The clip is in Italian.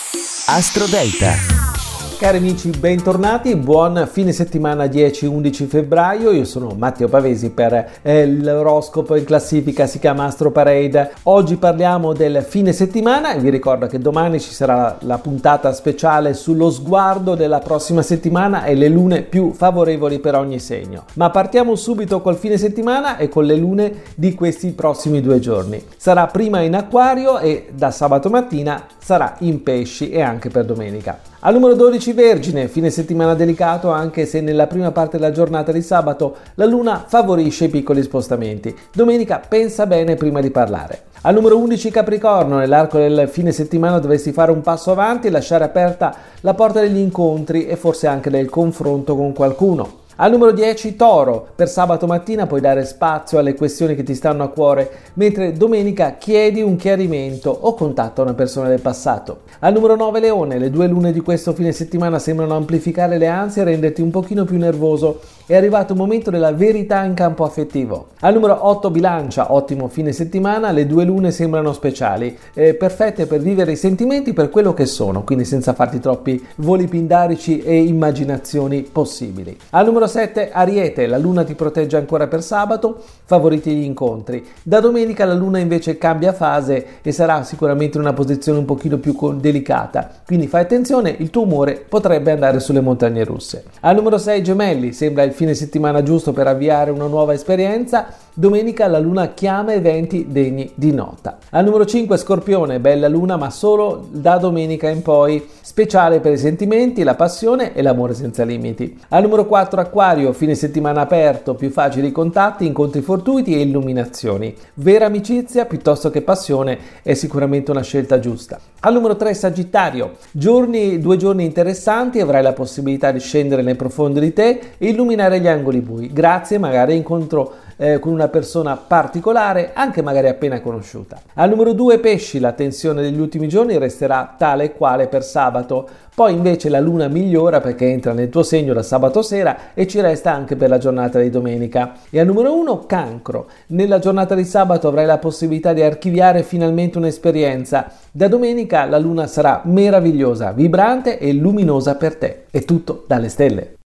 Astro Delta. Cari amici, bentornati, buon fine settimana 10-11 febbraio, io sono Matteo Pavesi per l'oroscopo in classifica, si chiama Astro Parade. Oggi parliamo del fine settimana e vi ricordo che domani ci sarà la puntata speciale sullo sguardo della prossima settimana e le lune più favorevoli per ogni segno. Ma partiamo subito col fine settimana e con le lune di questi prossimi 2 giorni. Sarà prima in Acquario e da sabato mattina sarà in Pesci e anche per domenica. Al numero 12 Vergine, fine settimana delicato anche se nella prima parte della giornata di sabato la luna favorisce i piccoli spostamenti. Domenica pensa bene prima di parlare. Al numero 11 Capricorno, nell'arco del fine settimana dovresti fare un passo avanti e lasciare aperta la porta degli incontri e forse anche del confronto con qualcuno. Al numero 10 Toro, per sabato mattina puoi dare spazio alle questioni che ti stanno a cuore, mentre domenica chiedi un chiarimento o contatta una persona del passato. Al numero 9 Leone, le 2 lune di questo fine settimana sembrano amplificare le ansie e renderti un pochino più nervoso. È arrivato il momento della verità in campo affettivo. Al numero 8 Bilancia, ottimo fine settimana, le 2 lune sembrano speciali, perfette per vivere i sentimenti per quello che sono, quindi senza farti troppi voli pindarici e immaginazioni possibili. Al numero 7 Ariete, la luna ti protegge ancora per sabato, favoriti gli incontri. Da domenica la luna invece cambia fase e sarà sicuramente in una posizione un pochino più delicata, quindi fai attenzione, il tuo umore potrebbe andare sulle montagne russe. Al numero 6 Gemelli, sembra il fine settimana giusto per avviare una nuova esperienza. Domenica la luna chiama eventi degni di nota. Al numero 5 Scorpione, bella luna ma solo da domenica in poi, speciale per i sentimenti, la passione e l'amore senza limiti. Al numero 4 Acquario, fine settimana aperto, più facili contatti, incontri fortuiti e illuminazioni. Vera amicizia piuttosto che passione è sicuramente una scelta giusta. Al numero 3 Sagittario, 2 giorni interessanti, avrai la possibilità di scendere nei profondi di te e illuminare gli angoli bui, grazie magari a incontro con una persona particolare, anche magari appena conosciuta. Al numero 2 Pesci, la tensione degli ultimi giorni resterà tale e quale per sabato, poi invece la luna migliora perché entra nel tuo segno da sabato sera e ci resta anche per la giornata di domenica. E al numero 1 Cancro, nella giornata di sabato avrai la possibilità di archiviare finalmente un'esperienza. Da domenica la luna sarà meravigliosa, vibrante e luminosa per te. È tutto dalle stelle.